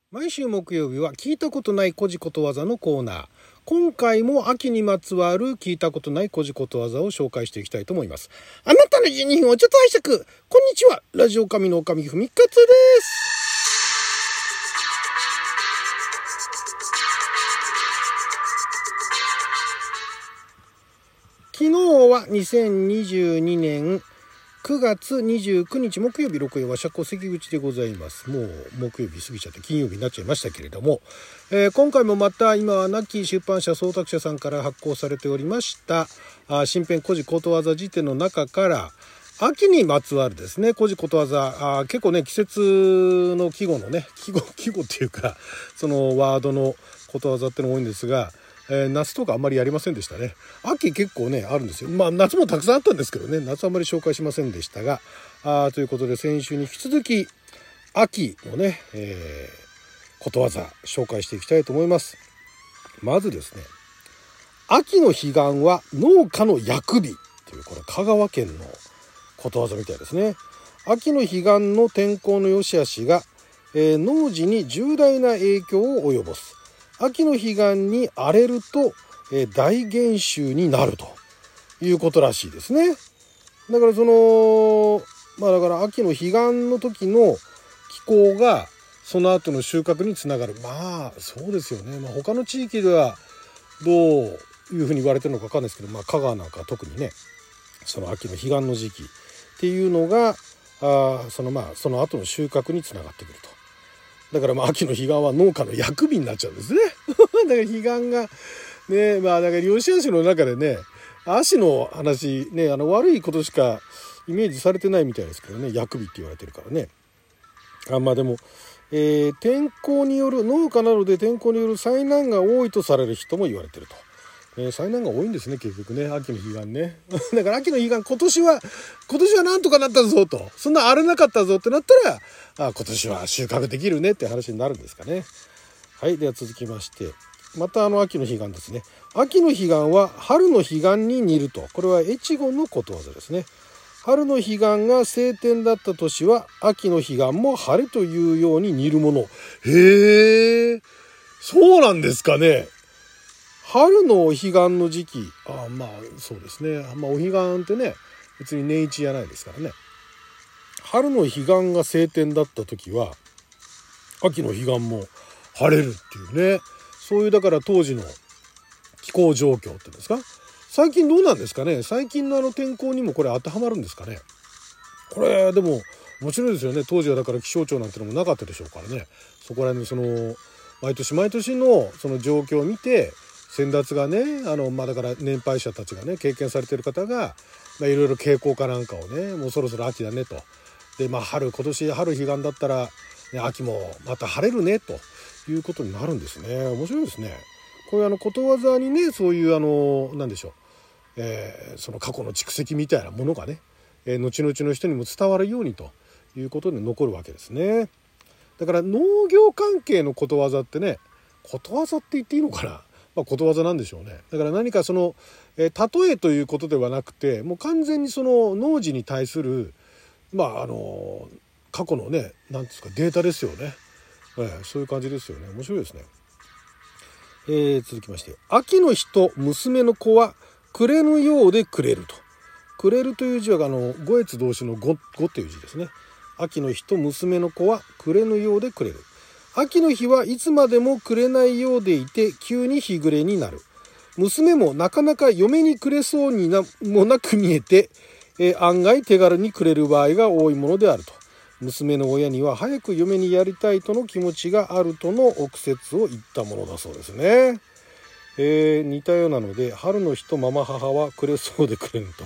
毎週木曜日は聞いたことない古事ことわざのコーナー。今回も秋にまつわる聞いたことない古事ことわざを紹介していきたいと思います。あなたの12分をちょっと拝借。こんにちは。ラジオ神のおかみふみかつです。昨日は2022年9月29日木曜日、六曜は社交関口でございます。もう木曜日過ぎちゃって金曜日になっちゃいましたけれども、今回もまた今は亡き出版社創作者さんから発行されておりました新編古事ことわざ辞典の中から秋にまつわるですね古事ことわざ、結構ね季節の季語のね季語っていうかそのワードのことわざっての多いんですが、夏とかあんまりやりませんでしたね。秋結構ねあるんですよ。夏もたくさんあったんですけどね、夏あんまり紹介しませんでしたが、ということで先週に引き続き秋のね、ことわざ紹介していきたいと思います。まずですね、秋の彼岸は農家の役日という、これ香川県のことわざみたいですね。秋の彼岸の天候の良し悪しが、農事に重大な影響を及ぼす。秋の彼岸に荒れると、大減収になるということらしいですね。だからだから秋の彼岸の時の気候がその後の収穫につながる。そうですよね。他の地域ではどういうふうに言われてるのか分かんないですけど、香川なんか特にね、その秋の彼岸の時期っていうのがその後の収穫につながってくると。だから秋の彼岸は農家の役日になっちゃうんですね。だから彼岸がね、だから良し悪しの中でね、足の話ね、悪いことしかイメージされてないみたいですけどね、役日って言われてるからね。でも、天候による農家などで天候による災難が多いとされる人も言われてると。災難が多いんですね、結局ね、秋の彼岸ね。だから秋の彼岸、今年はなんとかなったぞと、そんな荒れなかったぞってなったら、今年は収穫できるねって話になるんですかね。はい、では続きまして、また秋の彼岸ですね。秋の彼岸は春の彼岸に似ると。これは越後のことわざですね。春の彼岸が晴天だった年は秋の彼岸も晴れというように似るもの。へえ、そうなんですかね。春のお彼岸の時期、そうですね。お彼岸ってね、別に年一じゃないですからね。春の彼岸が晴天だった時は秋の彼岸も晴れるっていうね、そういうだから当時の気候状況っていうんですか。最近どうなんですかね。最近の天候にもこれ当てはまるんですかね。これでももちろんですよね。当時はだから気象庁なんてのもなかったでしょうからね。そこら辺の毎年のその状況を見て、先達がね、だから年配者たちがね、経験されている方が、いろいろ傾向かなんかをね、もうそろそろ秋だねと。で、今年春彼岸だったら、ね、秋もまた晴れるねということになるんですね。面白いですね。こういうことわざにね、そういうなんでしょう、その過去の蓄積みたいなものがね、後々の人にも伝わるようにということで残るわけですね。だから農業関係のことわざってね、ことわざって言っていいのかな。ことわざなんでしょうね。だから何か例えということではなくて、もう完全にその農事に対する過去のね、なんですか、データですよね。そういう感じですよね。面白いですね。続きまして、秋の日と娘の子は暮れぬようで暮れると。暮れるという字は五越動詞の五っていう字ですね。秋の日と娘の子は暮れぬようで暮れる。秋の日はいつまでも暮れないようでいて急に日暮れになる。娘もなかなか嫁に暮れそうにもなく見えて、案外手軽に暮れる場合が多いものであると。娘の親には早く嫁にやりたいとの気持ちがあるとの憶説を言ったものだそうですね。似たようなので、春の日とママ母は暮れそうで暮れぬと。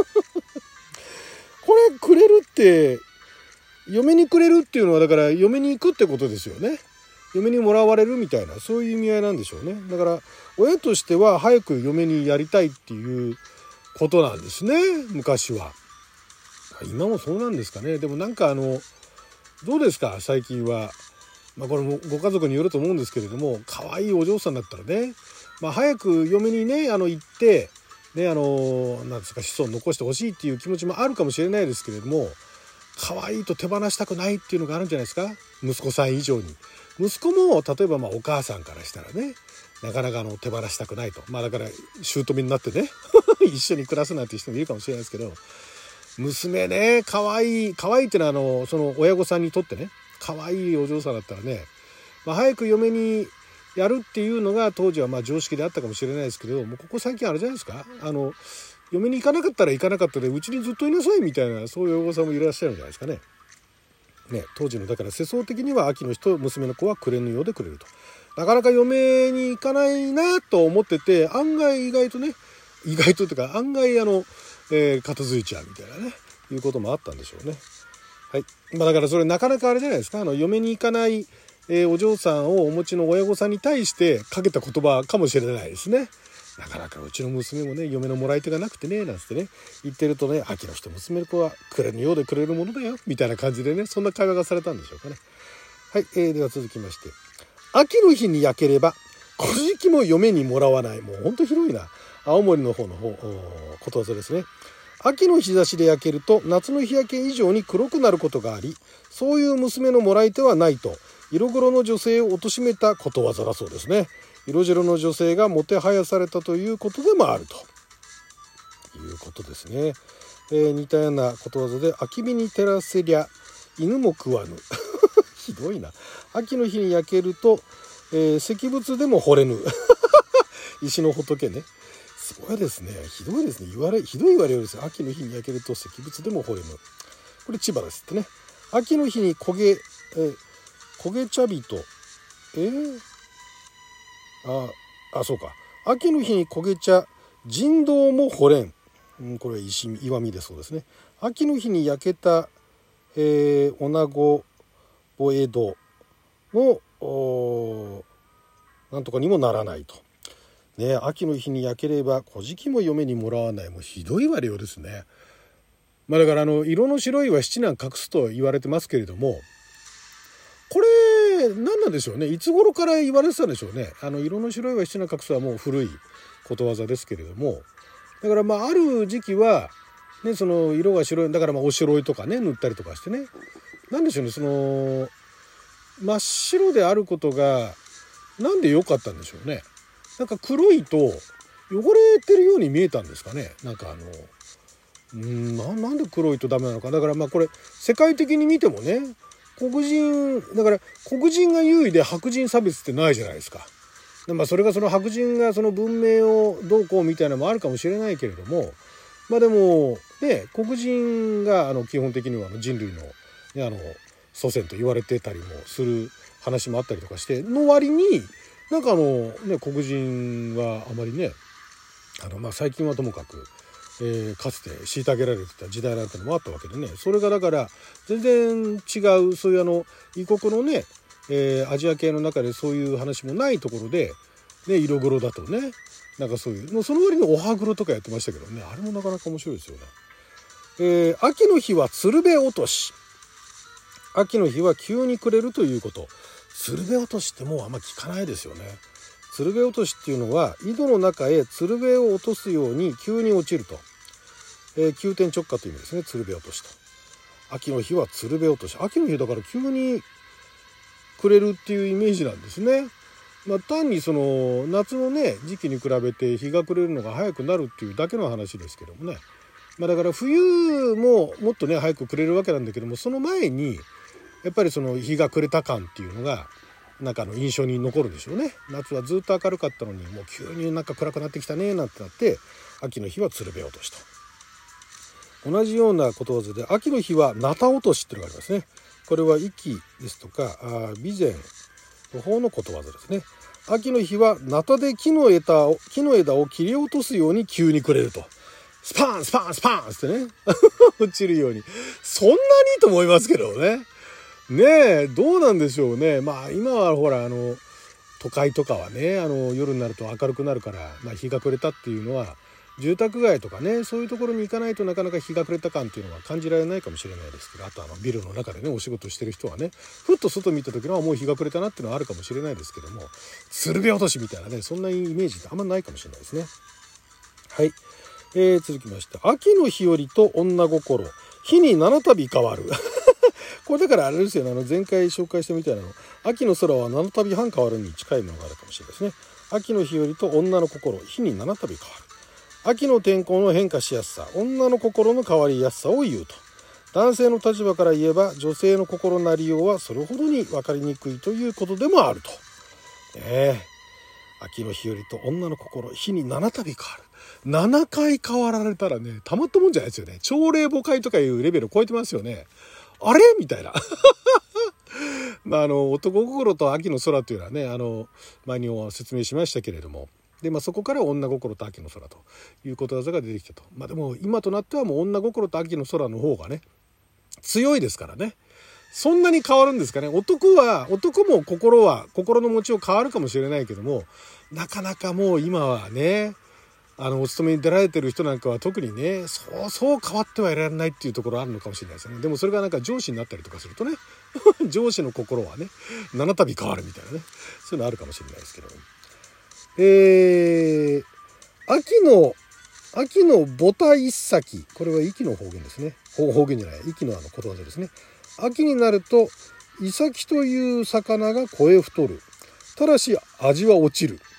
これ暮れるって嫁にくれるっていうのは、だから嫁に行くってことですよね。嫁にもらわれるみたいな、そういう意味合いなんでしょうね。だから親としては早く嫁にやりたいっていうことなんですね、昔は。今もそうなんですかね。でもどうですか最近は。これもご家族によると思うんですけれども、可愛いお嬢さんだったらね、早く嫁にね行ってね、なんですか、子孫残してほしいっていう気持ちもあるかもしれないですけれども、可愛いと手放したくないっていうのがあるんじゃないですか、息子さん以上に。 息子も例えばお母さんからしたらね、なかなか手放したくないと。だから姑になってね一緒に暮らすなんて人もいるかもしれないですけど、娘ね、可愛いっていうのはその親御さんにとってね、可愛いお嬢さんだったらね、早く嫁にやるっていうのが当時は常識であったかもしれないですけど、もうここ最近あれじゃないですか、嫁に行かなかったら行かなかったでうちにずっといなさいみたいな、そういう親御さんもいらっしゃるんじゃないですかね。当時のだから世相的には秋の日と娘の子はくれぬようでくれると。なかなか嫁に行かないなと思ってて、案外意外とというか案外片付いちゃうみたいなね、いうこともあったんでしょうね。はい。だからそれなかなかあれじゃないですか、嫁に行かない、お嬢さんをお持ちの親御さんに対してかけた言葉かもしれないですね。なかなかうちの娘もね、嫁のもらい手がなくてね、なんつってね、言ってるとね、秋の日と娘の子はくれぬようでくれるものだよ、みたいな感じでね、そんな会話がされたんでしょうかね。はい。では続きまして。秋の日に焼ければ、小じも嫁にもらわない。もうほんと広いな。青森のことわざですね。秋の日差しで焼けると夏の日焼け以上に黒くなることがあり、そういう娘のもらい手はないと色黒の女性を貶めたことわざだそうですね。色白の女性がもてはやされたということでもあるということですね。似たようなことわざで、秋日に照らせりゃ犬も食わぬひどいな。秋の日に焼けると、石仏でも惚れぬ石の仏ね。すごいですね。ひどいですね。ひどい言われようですよ。秋の日に焼けると石仏でも惚れぬ。これ千葉ですってね。秋の日に焦げ茶人。そうか。秋の日に焦げ茶人道も惚れん。これは岩見でそうですね。秋の日に焼けた、女子お江戸のなんとかにもならないと。ね、秋の日に焼ければ小じも嫁にもらわない。もうひどい言われようですね。だから色の白いは七難隠すと言われてますけれども、これ何なんでしょうね。いつ頃から言われてたんでしょうね。色の白いは七難隠すはもう古いことわざですけれども、だからある時期はね、その色が白い、だからおしろいとかね塗ったりとかしてね、なんでしょうね、その真っ白であることがなんで良かったんでしょうね。なんか黒いと汚れてるように見えたんですかね。なんで黒いとダメなのか。だからこれ世界的に見てもね、黒人が優位で白人差別ってないじゃないですか。それがその白人がその文明をどうこうみたいなのもあるかもしれないけれども、でもね、黒人が基本的には人類の、祖先と言われてたりもする話もあったりとかしての割に、黒人はあまりね、最近はともかく、かつて虐げられてた時代なんてのもあったわけでね、それがだから全然違う、そういう異国のね、アジア系の中でそういう話もないところで、ね、色黒だとね、そういうその割にお歯黒とかやってましたけどね、あれもなかなか面白いですよね。秋の日は鶴瓶落とし。秋の日は急に暮れるということ。鶴瓶落としってもうあんま聞かないですよね。鶴瓶落としっていうのは井戸の中へ鶴瓶を落とすように急に落ちると、急転直下という意味ですね。鶴瓶落としと。秋の日は鶴瓶落とし。秋の日だから急に暮れるっていうイメージなんですね。単にその夏のね時期に比べて日が暮れるのが早くなるっていうだけの話ですけどもね。だから冬ももっとね早く暮れるわけなんだけども、その前にやっぱりその日が暮れた感っていうのが印象に残るでしょうね。夏はずっと明るかったのにもう急に暗くなってきたねなんてなって、秋の日は鶴瓶落としと。同じようなことわざで秋の日はナタ落としっていうのがありますね。これは息ですとか備前の方のことわざですね。秋の日はナタで木の枝を切り落とすように急に暮れると。スパーンスパーンスパーンってね落ちるように。そんなにと思いますけどね。ねえ、どうなんでしょうね。今はほら都会とかはね夜になると明るくなるから、日が暮れたっていうのは住宅街とかね、そういうところに行かないとなかなか日が暮れた感っていうのは感じられないかもしれないですけど、あとビルの中でねお仕事してる人はね、ふっと外見た時のはもう日が暮れたなっていうのはあるかもしれないですけども、鶴瓶落としみたいなね、そんなイメージってあんまないかもしれないですね。はい、続きまして、秋の日和と女心、日に7度変わるこれだからあれですよね、前回紹介したみたいなの、秋の空は7度半変わるに近いものがあるかもしれないですね。秋の日和と女の心、日に7度変わる。秋の天候の変化しやすさ、女の心の変わりやすさを言うと。男性の立場から言えば、女性の心なりようはそれほどに分かりにくいということでもあると。秋の日和と女の心、日に7度変わる。7回変わられたらね、たまったもんじゃないですよね。朝令暮改とかいうレベルを超えてますよね。あれみたいな。男心と秋の空というのはね、前には説明しましたけれども、で、そこから女心と秋の空ということわざが出てきたと。でも今となってはもう女心と秋の空の方がね、強いですからね。そんなに変わるんですかね。男も心の持ちよう変わるかもしれないけども、なかなかもう今はね、お勤めに出られてる人なんかは特にね、そう変わってはいられないっていうところあるのかもしれないですね。でもそれがなんか上司になったりとかするとね、上司の心はね、7度変わるみたいなね、そういうのあるかもしれないですけど。秋のボタ一咲、これは息の方言ですね。方言じゃない、息のことわざですね。秋になるとイサキという魚が肥え太る。ただし味は落ちる。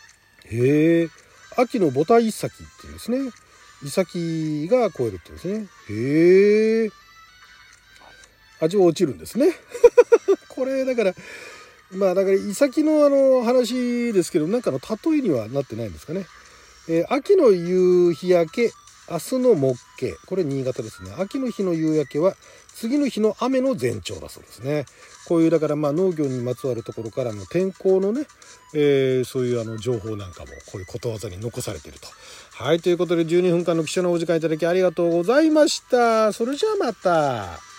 秋のボタ一咲っていうんですね。イサキが肥えるって言うんですね。味は落ちるんですね。これだからイサキの話ですけど、なんかの例えにはなってないんですかね。秋の夕日焼け、明日のもっけ、これ新潟ですね。秋の日の夕焼けは次の日の雨の前兆だそうですね。こういうだから農業にまつわるところからの天候のね、そういう情報なんかもこういうことわざに残されていると。はい、ということで12分間の貴重なお時間いただきありがとうございました。それじゃあまた。